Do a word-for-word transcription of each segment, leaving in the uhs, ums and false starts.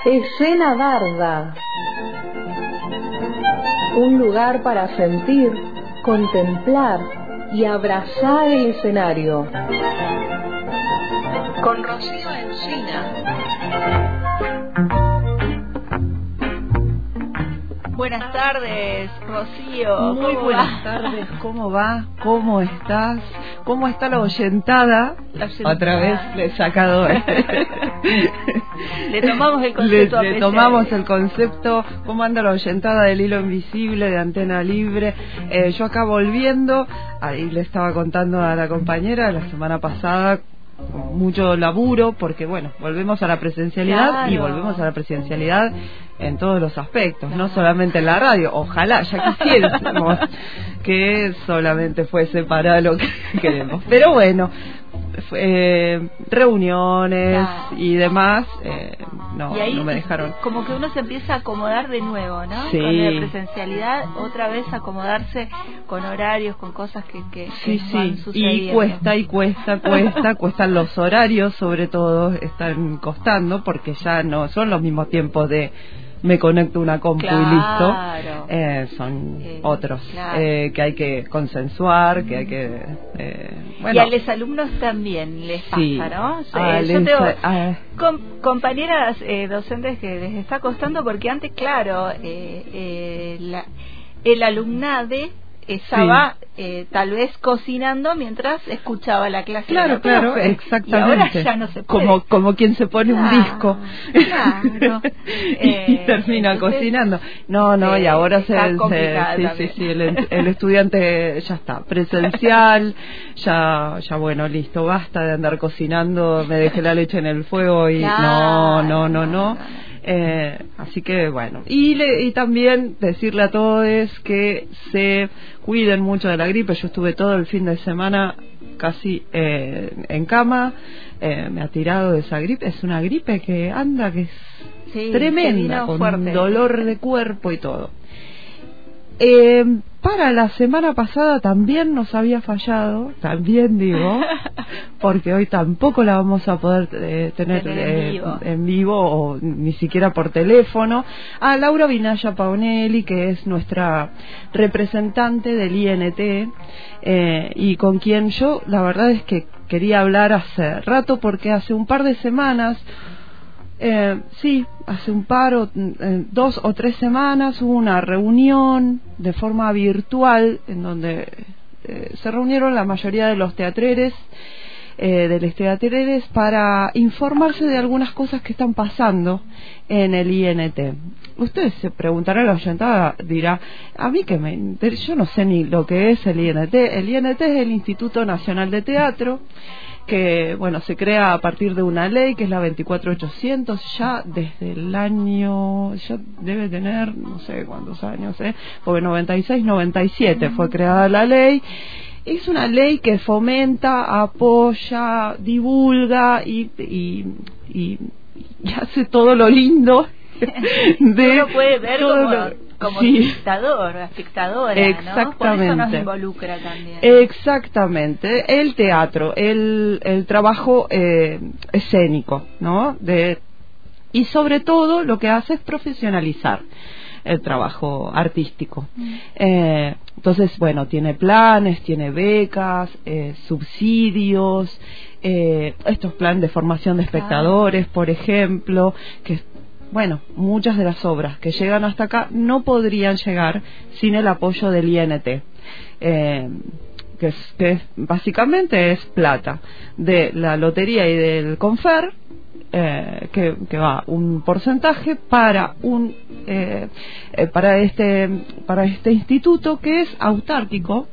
Escena Darda. Un lugar para sentir, contemplar y abrazar el escenario. Con Rocío Encina. Buenas tardes, Rocío. Muy buenas va? tardes, ¿cómo va? ¿Cómo estás? ¿Cómo está la oyentada? La oyentada. Otra vez le he sacado. Le tomamos el concepto. Le, le tomamos el concepto. ¿Cómo anda la oyentada del hilo invisible de Antena Libre? Eh, yo acá volviendo, ahí le estaba contando a la compañera la semana pasada. Mucho laburo porque bueno, volvemos a la presencialidad. Claro. Y volvemos a la presencialidad en todos los aspectos, claro. No solamente en la radio. Ojalá, ya quisiéramos que solamente fuese para lo que queremos, pero bueno, eh, reuniones, claro. Y demás, eh, no, y ahí, no me dejaron. Como que uno se empieza a acomodar de nuevo, ¿no? Sí. Con la presencialidad, otra vez acomodarse con horarios, con cosas que, que, sí, que van sí. sucediendo. Y cuesta, y cuesta, cuesta, cuestan los horarios, sobre todo, están costando, porque ya no son los mismos tiempos de me conecto una compu, claro. Y listo, eh, son eh, otros, claro. eh, que hay que consensuar, que hay que eh, bueno. Y a los alumnos también les pasa, sí. ¿no? Sí, a yo les, tengo a... com, compañeras eh, docentes que les está costando porque antes, claro, eh, eh, la, el alumnade estaba sí. eh, tal vez cocinando mientras escuchaba la clase. Claro, claro, profe. Exactamente. Y ahora ya no se puede. Como, como quien se pone claro, un disco. Claro. y eh, termina entonces, cocinando. No, no, eh, y ahora se, se sí, sí, sí, el, el estudiante ya está presencial, ya, ya bueno, listo, basta de andar cocinando, me dejé la leche en el fuego y claro, no, no, no, no. no, no. Eh, así que bueno, y, le, y también decirle a todos que se cuiden mucho de la gripe. Yo estuve todo el fin de semana casi eh, en cama, eh, me ha tirado de esa gripe. Es una gripe que anda, que es sí, tremenda, con fuerte. Dolor de cuerpo y todo. Eh, para la semana pasada también nos había fallado, también digo, porque hoy tampoco la vamos a poder eh, tener, tener en, eh, vivo. en vivo o ni siquiera por teléfono, a Laura Vinaya Paonelli, que es nuestra representante del I N T, eh, y con quien yo la verdad es que quería hablar hace rato, porque hace un par de semanas Eh, sí, hace un par o eh, dos o tres semanas hubo una reunión de forma virtual en donde eh, se reunieron la mayoría de los teatreres, eh, de los teatreres para informarse de algunas cosas que están pasando en el I N T. Ustedes se preguntarán, la oyentada dirá, a mí que me interesa, yo no sé ni lo que es el I N T. El I N T es el Instituto Nacional de Teatro, que bueno, se crea a partir de una ley que es la veinticuatro mil ochocientos, ya desde el año, ya debe tener no sé cuántos años, ¿eh? porque noventa y seis, noventa y siete fue creada la ley. Es una ley que fomenta, apoya, divulga y, y, y, y hace todo lo lindo de uno puede ver todo como, lo, como sí. espectador, espectadora, exactamente. ¿no? Por eso nos involucra también. Exactamente, el teatro, el, el trabajo eh, escénico, ¿no? De, y sobre todo lo que hace es profesionalizar el trabajo artístico. Mm. Eh, entonces, bueno, tiene planes, tiene becas, eh, subsidios, eh, estos planes de formación de espectadores, ah. por ejemplo, que bueno, muchas de las obras que llegan hasta acá no podrían llegar sin el apoyo del I N T, eh, que, es, que es, básicamente es plata de la lotería y del Confer, eh, que, que va un porcentaje para un eh, eh, para este para este instituto que es autárquico,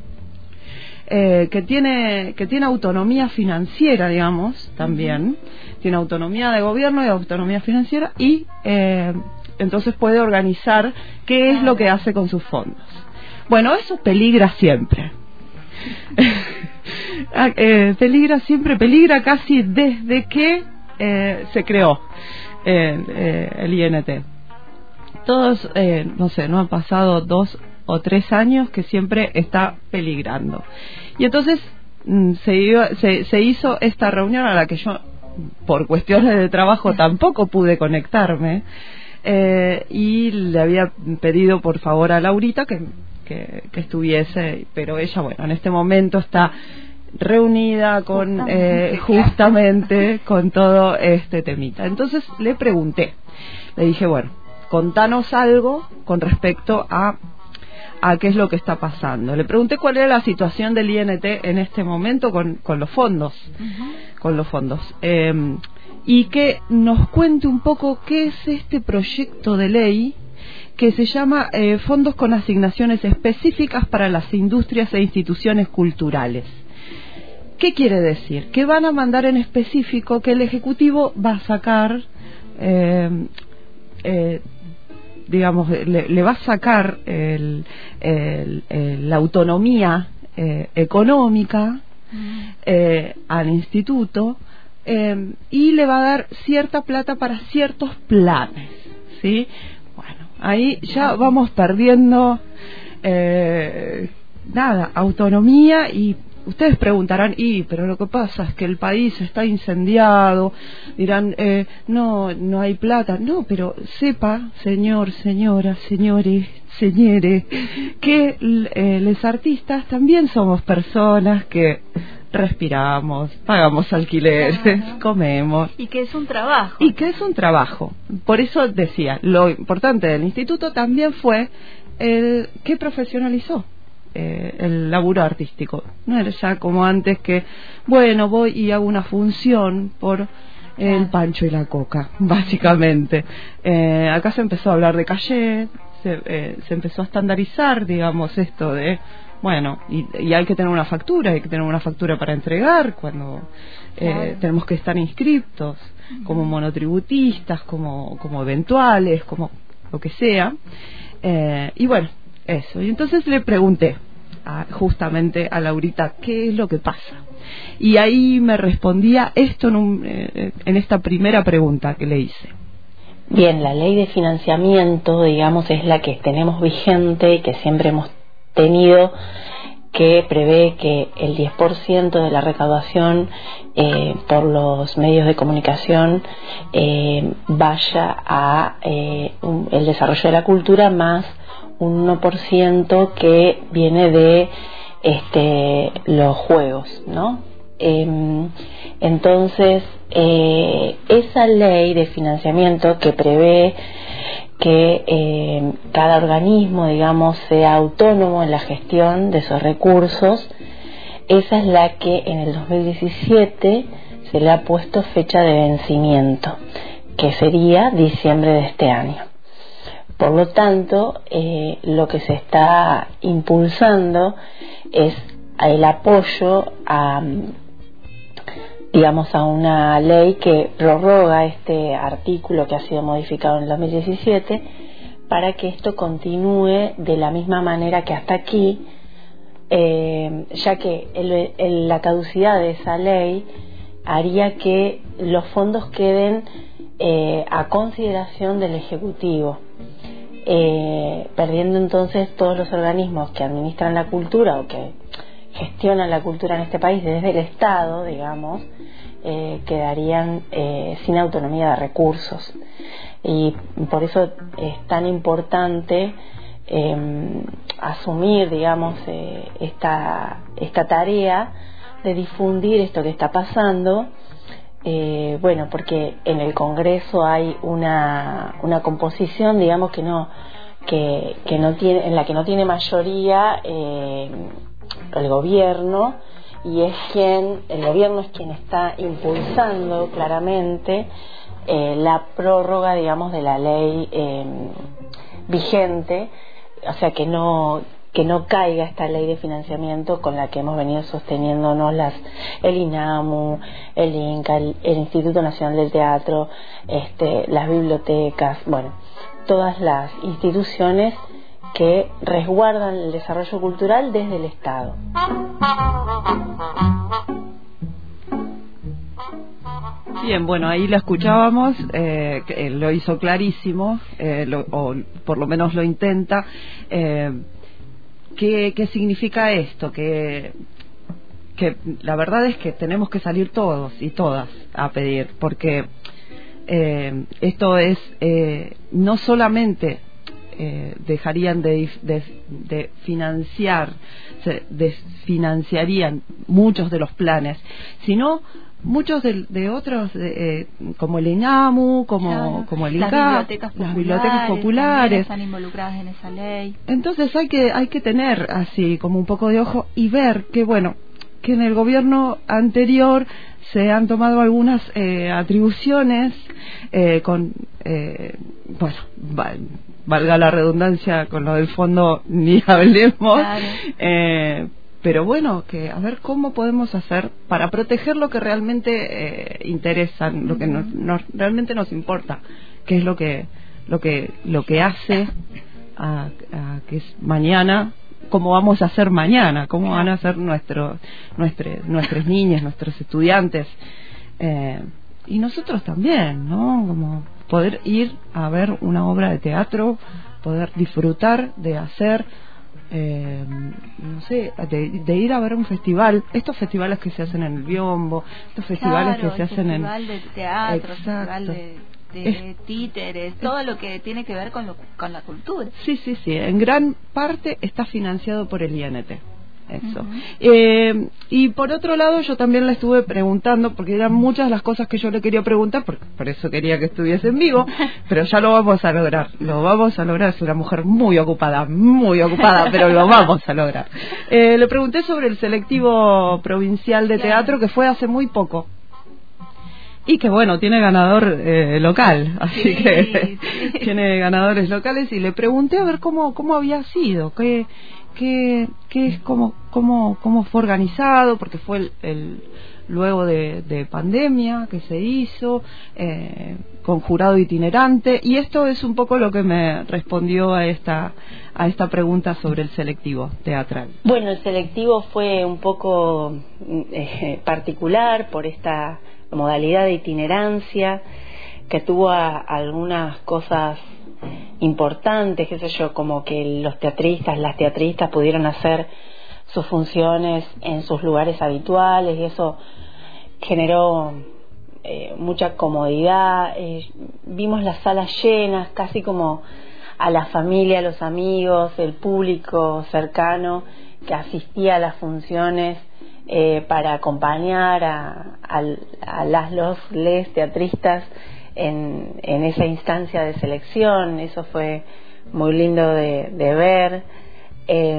eh, que tiene que tiene autonomía financiera, digamos, también. Uh-huh. Tiene autonomía de gobierno y autonomía financiera y eh, entonces puede organizar qué es lo que hace con sus fondos. Bueno, eso peligra siempre. eh, peligra siempre, peligra casi desde que eh, se creó eh, eh, el I N T. Todos, eh, no sé, no han pasado dos o tres años que siempre está peligrando. Y entonces se, iba, se, se hizo esta reunión a la que yo por cuestiones de trabajo tampoco pude conectarme, eh, y le había pedido por favor a Laurita que, que, que estuviese, pero ella, bueno, en este momento está reunida con justamente, eh, justamente con todo este temita. Entonces le pregunté, le dije, bueno, contanos algo con respecto a a qué es lo que está pasando. Le pregunté cuál era la situación del I N T en este momento con, con los fondos, uh-huh. con los fondos, eh, y que nos cuente un poco qué es este proyecto de ley que se llama eh, Fondos con Asignaciones Específicas para las Industrias e Instituciones Culturales. ¿Qué quiere decir? Que van a mandar en específico que el Ejecutivo va a sacar eh, eh, digamos, le, le va a sacar el, el, el, la autonomía eh, económica eh, al instituto, eh, y le va a dar cierta plata para ciertos planes, ¿sí? Bueno, ahí ya vamos perdiendo eh, nada, autonomía. Y ustedes preguntarán, y pero lo que pasa es que el país está incendiado, dirán, eh, no, no hay plata. No, pero sepa, señor, señora, señores, señores, que eh, los artistas también somos personas que respiramos, pagamos alquileres, claro, comemos. Y que es un trabajo. Y que es un trabajo. Por eso decía, lo importante del instituto también fue el que profesionalizó Eh, el laburo artístico. No era ya como antes que, bueno, voy y hago una función por el pancho y la coca, básicamente. Eh, acá se empezó a hablar de calle, se, eh, se empezó a estandarizar, digamos, esto de, bueno, y, y hay que tener una factura, hay que tener una factura para entregar cuando eh, claro. tenemos que estar inscriptos como monotributistas, como, como eventuales, como lo que sea. Eh, y bueno, eso. Y entonces le pregunté a, justamente a Laurita qué es lo que pasa, y ahí me respondía esto en, un, eh, en esta primera pregunta que le hice. Bien, la ley de financiamiento, digamos, es la que tenemos vigente y que siempre hemos tenido, que prevé que el diez por ciento de la recaudación eh, por los medios de comunicación eh, vaya a eh, un, el desarrollo de la cultura, más un uno por ciento que viene de este, los juegos, ¿no? Eh, entonces, eh, esa ley de financiamiento que prevé que eh, cada organismo, digamos, sea autónomo en la gestión de esos recursos, esa es la que en el dos mil diecisiete se le ha puesto fecha de vencimiento, que sería diciembre de este año. Por lo tanto, eh, lo que se está impulsando es el apoyo a, digamos, a una ley que prorroga este artículo que ha sido modificado en el dos mil diecisiete para que esto continúe de la misma manera que hasta aquí, eh, ya que el, el, la caducidad de esa ley haría que los fondos queden eh, a consideración del Ejecutivo. Eh, perdiendo entonces todos los organismos que administran la cultura o que gestionan la cultura en este país desde el Estado, digamos, eh, quedarían eh, sin autonomía de recursos. Y por eso es tan importante eh, asumir, digamos, eh, esta, esta tarea de difundir esto que está pasando. Eh, bueno, porque en el Congreso hay una, una composición, digamos, que no que, que no tiene, en la que no tiene mayoría eh, el gobierno, y es quien el gobierno es quien está impulsando claramente eh, la prórroga, digamos, de la ley eh, vigente, o sea, que no que no caiga esta ley de financiamiento con la que hemos venido sosteniéndonos las el INAMU, el INCA, el, el Instituto Nacional del Teatro, este, las bibliotecas, bueno, todas las instituciones que resguardan el desarrollo cultural desde el Estado. Bien, bueno, ahí la escuchábamos, eh, que lo hizo clarísimo, eh, lo, o por lo menos lo intenta. Eh, ¿qué, ¿Qué significa esto? Que que la verdad es que tenemos que salir todos y todas a pedir, porque eh, esto es eh, no solamente eh, dejarían de, de, de financiar, se desfinanciarían muchos de los planes, sino muchos de, de otros, de, eh, como el ENAMU, como, claro, como el INCAP, las bibliotecas populares, las bibliotecas populares están involucradas en esa ley. Entonces hay que hay que tener así como un poco de ojo y ver que, bueno, que en el gobierno anterior se han tomado algunas eh, atribuciones eh, con, eh, bueno, va, valga la redundancia, con lo del fondo ni hablemos, claro. eh, pero bueno, que a ver cómo podemos hacer para proteger lo que realmente eh, interesa, lo que nos, nos, realmente nos importa, que es lo que lo que lo que hace a, a que es mañana, cómo vamos a hacer mañana, cómo van a ser nuestros nuestros nuestras niñas, nuestros estudiantes, eh, y nosotros también, ¿no? Como poder ir a ver una obra de teatro, poder disfrutar de hacer Eh, no sé, de, de ir a ver un festival, estos festivales que se hacen en el Biombo, estos festivales claro, que se hacen en festival de teatro, festival de, de es, títeres, todo es, lo que tiene que ver con, lo, con la cultura. Sí, sí, sí, en gran parte está financiado por el I N T. Eso. Uh-huh. Eh, y por otro lado, yo también le estuve preguntando, porque eran muchas las cosas que yo le quería preguntar, porque por eso quería que estuviese en vivo, pero ya lo vamos a lograr, lo vamos a lograr. Es una mujer muy ocupada, muy ocupada, pero lo vamos a lograr. Eh, le pregunté sobre el selectivo provincial de teatro, que fue hace muy poco. Y que bueno, tiene ganador eh, local, así sí, que sí. tiene ganadores locales, y le pregunté a ver cómo cómo había sido, qué qué qué es cómo cómo cómo fue organizado, porque fue el, el luego de, de pandemia que se hizo eh, con jurado itinerante, y esto es un poco lo que me respondió a esta a esta pregunta sobre el selectivo teatral. Bueno, el selectivo fue un poco eh, particular por esta modalidad de itinerancia, que tuvo a, a algunas cosas importantes, qué sé yo, como que los teatristas, las teatristas pudieron hacer sus funciones en sus lugares habituales, y eso generó eh, mucha comodidad. Eh, vimos las salas llenas, casi como a la familia, a los amigos, el público cercano que asistía a las funciones Eh, para acompañar a, a, a las, los, les teatristas en, en esa instancia de selección. Eso fue muy lindo de, de ver. Eh,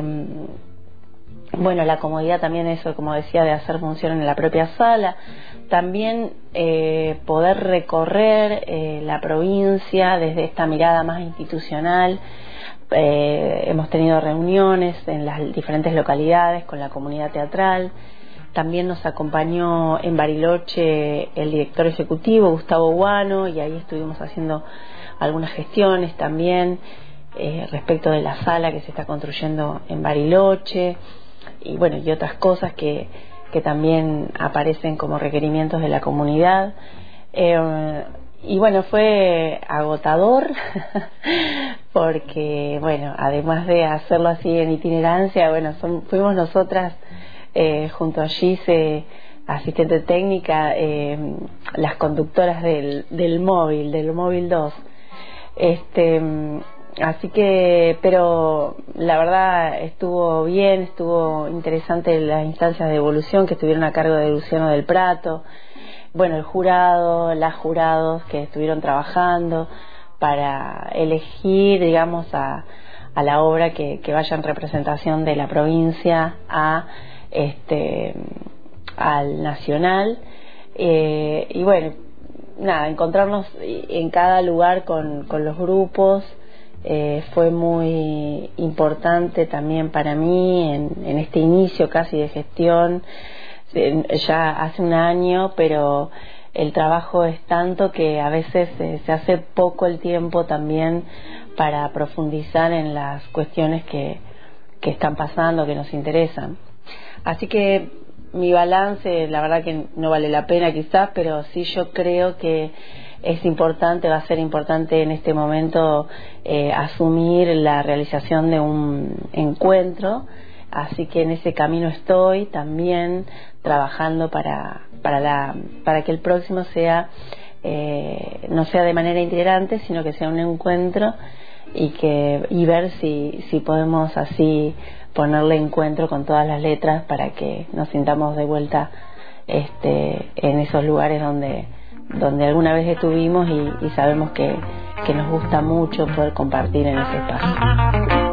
bueno, la comodidad también, eso, como decía, de hacer función en la propia sala. También eh, poder recorrer eh, la provincia desde esta mirada más institucional. Eh, hemos tenido reuniones en las diferentes localidades con la comunidad teatral. También nos acompañó en Bariloche el director ejecutivo Gustavo Guano, y ahí estuvimos haciendo algunas gestiones también eh, respecto de la sala que se está construyendo en Bariloche, y bueno, y otras cosas que, que también aparecen como requerimientos de la comunidad. Eh, y bueno, fue agotador porque bueno, además de hacerlo así en itinerancia, bueno, son, fuimos nosotras eh, junto a Gise, asistente técnica, eh, las conductoras del, del móvil, del móvil dos. Este, así que, pero la verdad estuvo bien, estuvo interesante las instancias de evolución que estuvieron a cargo de Luciano del Prato. Bueno, el jurado, las jurados que estuvieron trabajando para elegir, digamos, a, a la obra que, que vaya en representación de la provincia a este al nacional. Eh, y bueno, nada, encontrarnos en cada lugar con, con los grupos eh, fue muy importante también para mí en, en este inicio casi de gestión. Ya hace un año, pero el trabajo es tanto que a veces eh, se hace poco el tiempo también para profundizar en las cuestiones que, que están pasando, que nos interesan. Así que mi balance, la verdad que no vale la pena quizás, pero sí yo creo que es importante, va a ser importante en este momento eh, asumir la realización de un encuentro así que en ese camino estoy también trabajando para para la para que el próximo sea eh, no sea de manera itinerante, sino que sea un encuentro y que y ver si si podemos así ponerle encuentro con todas las letras para que nos sintamos de vuelta este en esos lugares donde donde alguna vez estuvimos y, y sabemos que, que nos gusta mucho poder compartir en ese espacio.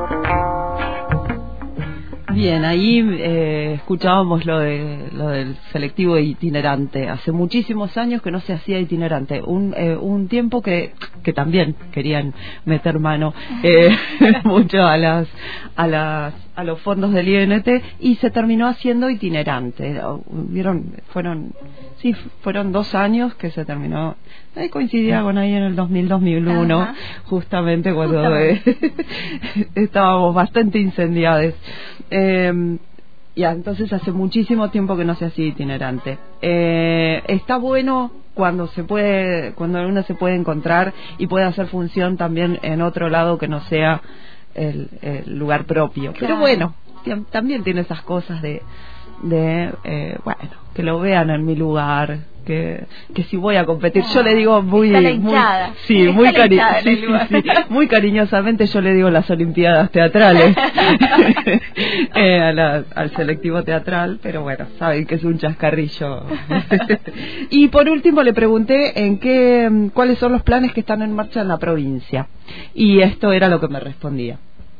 Bien, ahí eh, escuchábamos lo de lo del selectivo itinerante. Hace muchísimos años que no se hacía itinerante. Un eh, un tiempo que que también querían meter mano eh, mucho a las a las a los fondos del I N T y se terminó haciendo itinerante. Vieron, fueron sí fueron dos años que se terminó. Ahí coincidía con ahí en el dos mil dos mil uno, ajá, justamente cuando justamente. Eh, estábamos bastante incendiados. Eh, ya, entonces hace muchísimo tiempo que no se hacía itinerante. Eh, está bueno cuando se puede, cuando uno se puede encontrar y puede hacer función también en otro lado que no sea el, el lugar propio. Claro. Pero bueno, también tiene esas cosas de, de eh, bueno, que lo vean en mi lugar, que que si voy a competir, yo le digo muy muy sí, muy cari sí, sí, sí, muy cariñosamente yo le digo las Olimpiadas teatrales eh, a la, al selectivo teatral, pero bueno, saben que es un chascarrillo. Y por último le pregunté en qué cuáles son los planes que están en marcha en la provincia, y esto era lo que me respondía.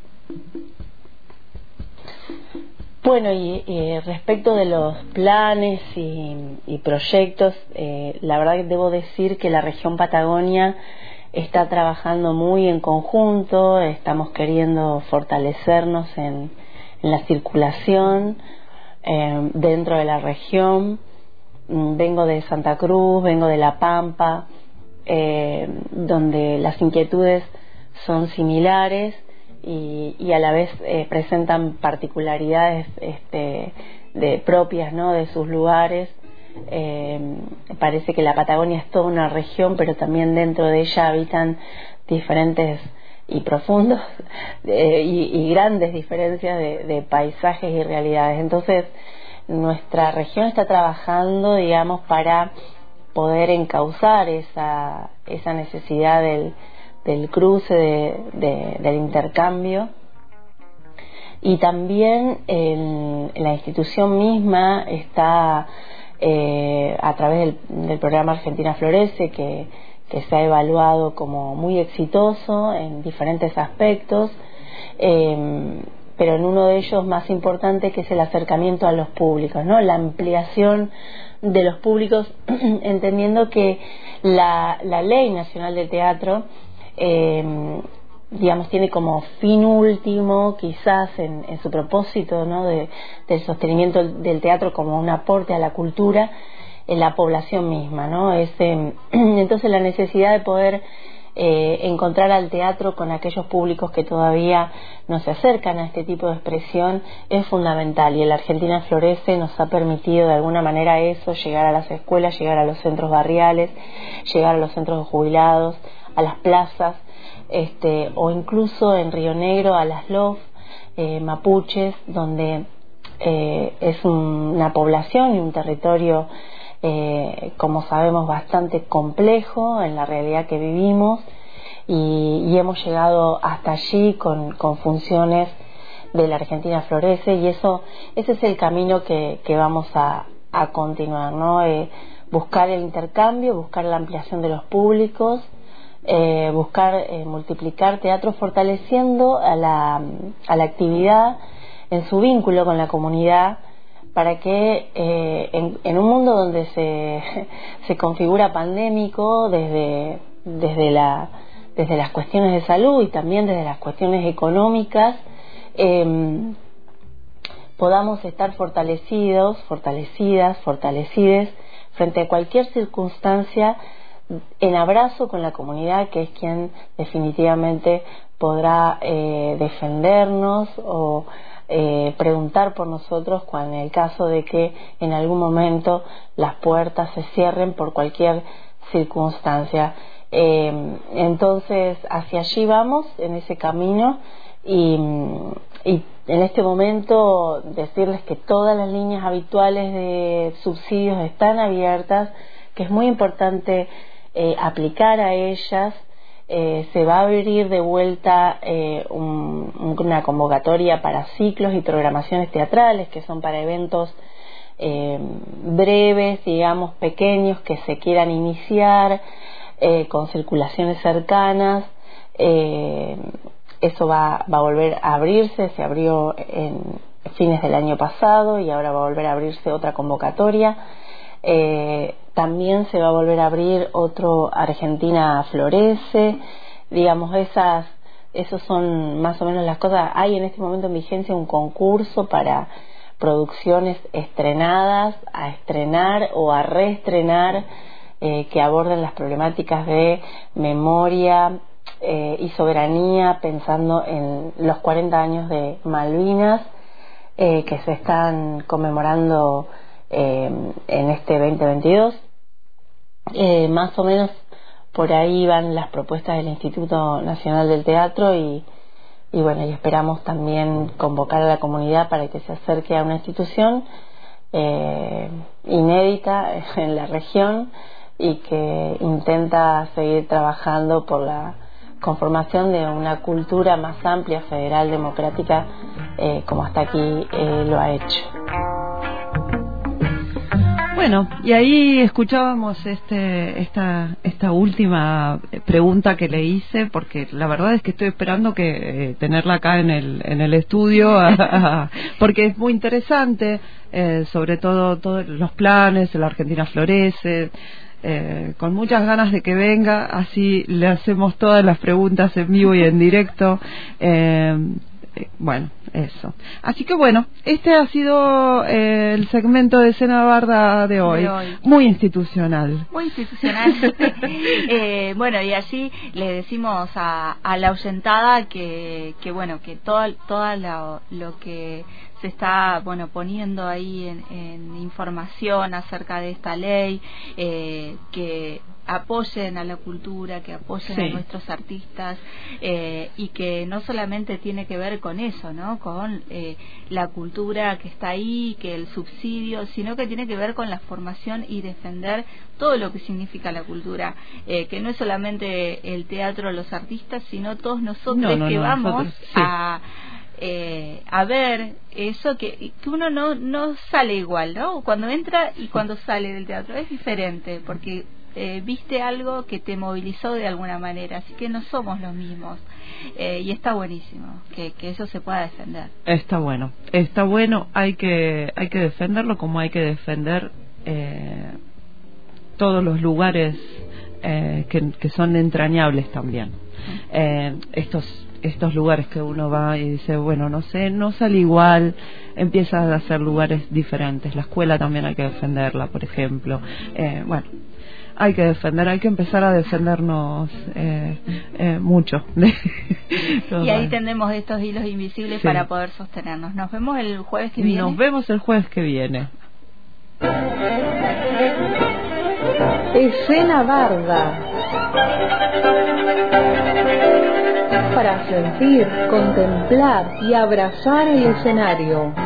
Bueno, y, y respecto de los planes y, y proyectos, eh, la verdad que debo decir que la región Patagonia está trabajando muy en conjunto, estamos queriendo fortalecernos en, en la circulación eh, dentro de la región. Vengo de Santa Cruz, vengo de La Pampa, eh, donde las inquietudes son similares. Y, y a la vez eh, presentan particularidades este, de propias, ¿no?, de sus lugares. Eh, parece que la Patagonia es toda una región, pero también dentro de ella habitan diferentes y profundos eh, y, y grandes diferencias de, de paisajes y realidades. Entonces nuestra región está trabajando, digamos, para poder encauzar esa, esa necesidad del del cruce, de, de, del intercambio, y también en, en la institución misma está eh, a través del, del programa Argentina Florece, que, que se ha evaluado como muy exitoso en diferentes aspectos, eh, pero en uno de ellos más importante, que es el acercamiento a los públicos, ¿no?, la ampliación de los públicos, entendiendo que la, la Ley Nacional de Teatro Eh, digamos, tiene como fin último, quizás en, en su propósito, ¿no?, de, del sostenimiento del teatro como un aporte a la cultura en la población misma, ¿no? Es, eh, entonces la necesidad de poder eh, encontrar al teatro con aquellos públicos que todavía no se acercan a este tipo de expresión es fundamental, y el Argentina Florece nos ha permitido de alguna manera eso, llegar a las escuelas, llegar a los centros barriales, llegar a los centros de jubilados, a las plazas, este, o incluso en Río Negro a las L O F eh, mapuches, donde eh, es un, una población y un territorio, eh, como sabemos, bastante complejo en la realidad que vivimos, y, y hemos llegado hasta allí con, con funciones de la Argentina Florece, y eso ese es el camino que, que vamos a, a continuar, ¿no? Eh, buscar el intercambio, buscar la ampliación de los públicos, Eh, buscar eh, multiplicar teatro, fortaleciendo a la, a la actividad en su vínculo con la comunidad, para que eh, en, en un mundo donde se, se configura pandémico desde, desde, la, desde las cuestiones de salud y también desde las cuestiones económicas, eh, podamos estar fortalecidos, fortalecidas, fortalecides frente a cualquier circunstancia, en abrazo con la comunidad, que es quien definitivamente podrá eh, defendernos o eh, preguntar por nosotros cuando, en el caso de que en algún momento las puertas se cierren por cualquier circunstancia. Eh, entonces hacia allí vamos, en ese camino, y, y en este momento decirles que todas las líneas habituales de subsidios están abiertas, que es muy importante eh, aplicar a ellas. Eh, se va a abrir de vuelta eh, un, una convocatoria para ciclos y programaciones teatrales, que son para eventos eh, breves, digamos, pequeños, que se quieran iniciar, eh, con circulaciones cercanas. Eh, eso va, va a volver a abrirse, se abrió en fines del año pasado y ahora va a volver a abrirse otra convocatoria. Eh, también se va a volver a abrir otro Argentina Florece, digamos, esas, esos son más o menos las cosas. Hay en este momento en vigencia un concurso para producciones estrenadas, a estrenar o a reestrenar, eh, que aborden las problemáticas de memoria eh, y soberanía, pensando en los cuarenta años de Malvinas, eh, que se están conmemorando Eh, en este veinte veintidós. Eh, más o menos por ahí van las propuestas del Instituto Nacional del Teatro y, y bueno, y esperamos también convocar a la comunidad para que se acerque a una institución eh, inédita en la región y que intenta seguir trabajando por la conformación de una cultura más amplia, federal, democrática, eh, como hasta aquí eh, lo ha hecho. Bueno, y ahí escuchábamos este, esta, esta última pregunta que le hice, porque la verdad es que estoy esperando que eh, tenerla acá en el, en el estudio, a, a, porque es muy interesante, eh, sobre todo todos los planes, la Argentina Florece, eh, con muchas ganas de que venga, así le hacemos todas las preguntas en vivo y en directo. Eh, Bueno, eso. Así que bueno, este ha sido eh, el segmento de Escena Barda de hoy. de hoy. Muy institucional. Muy institucional. eh, bueno, y allí le decimos a, a la oyentada que, que bueno, que todo, todo lo, lo que se está bueno poniendo ahí en, en información acerca de esta ley, eh, que apoyen a la cultura, que apoyen sí. a nuestros artistas, eh, y que no solamente tiene que ver con eso, ¿no? Con eh, la cultura que está ahí, que el subsidio, sino que tiene que ver con la formación y defender todo lo que significa la cultura, eh, que no es solamente el teatro, los artistas, sino todos nosotros no, no, que no, vamos nosotros, sí. a Eh, a ver eso que, que uno no no sale igual, ¿no? Cuando entra y cuando sale del teatro es diferente, porque eh, viste algo que te movilizó de alguna manera, así que no somos los mismos, eh, y está buenísimo que, que eso se pueda defender. Está bueno, está bueno, hay que hay que defenderlo, como hay que defender eh, todos los lugares eh, que, que son entrañables también. Eh, estos estos lugares que uno va y dice, bueno, no sé, no sale igual, empieza a hacer lugares diferentes. La escuela también hay que defenderla, por ejemplo. Eh, bueno, hay que defender, hay que empezar a defendernos eh, eh, mucho. Y ahí tendremos estos hilos invisibles sí. para poder sostenernos. Nos vemos el jueves que viene. Nos vemos el jueves que viene. Escena Barda. Para sentir, contemplar y abrazar el escenario.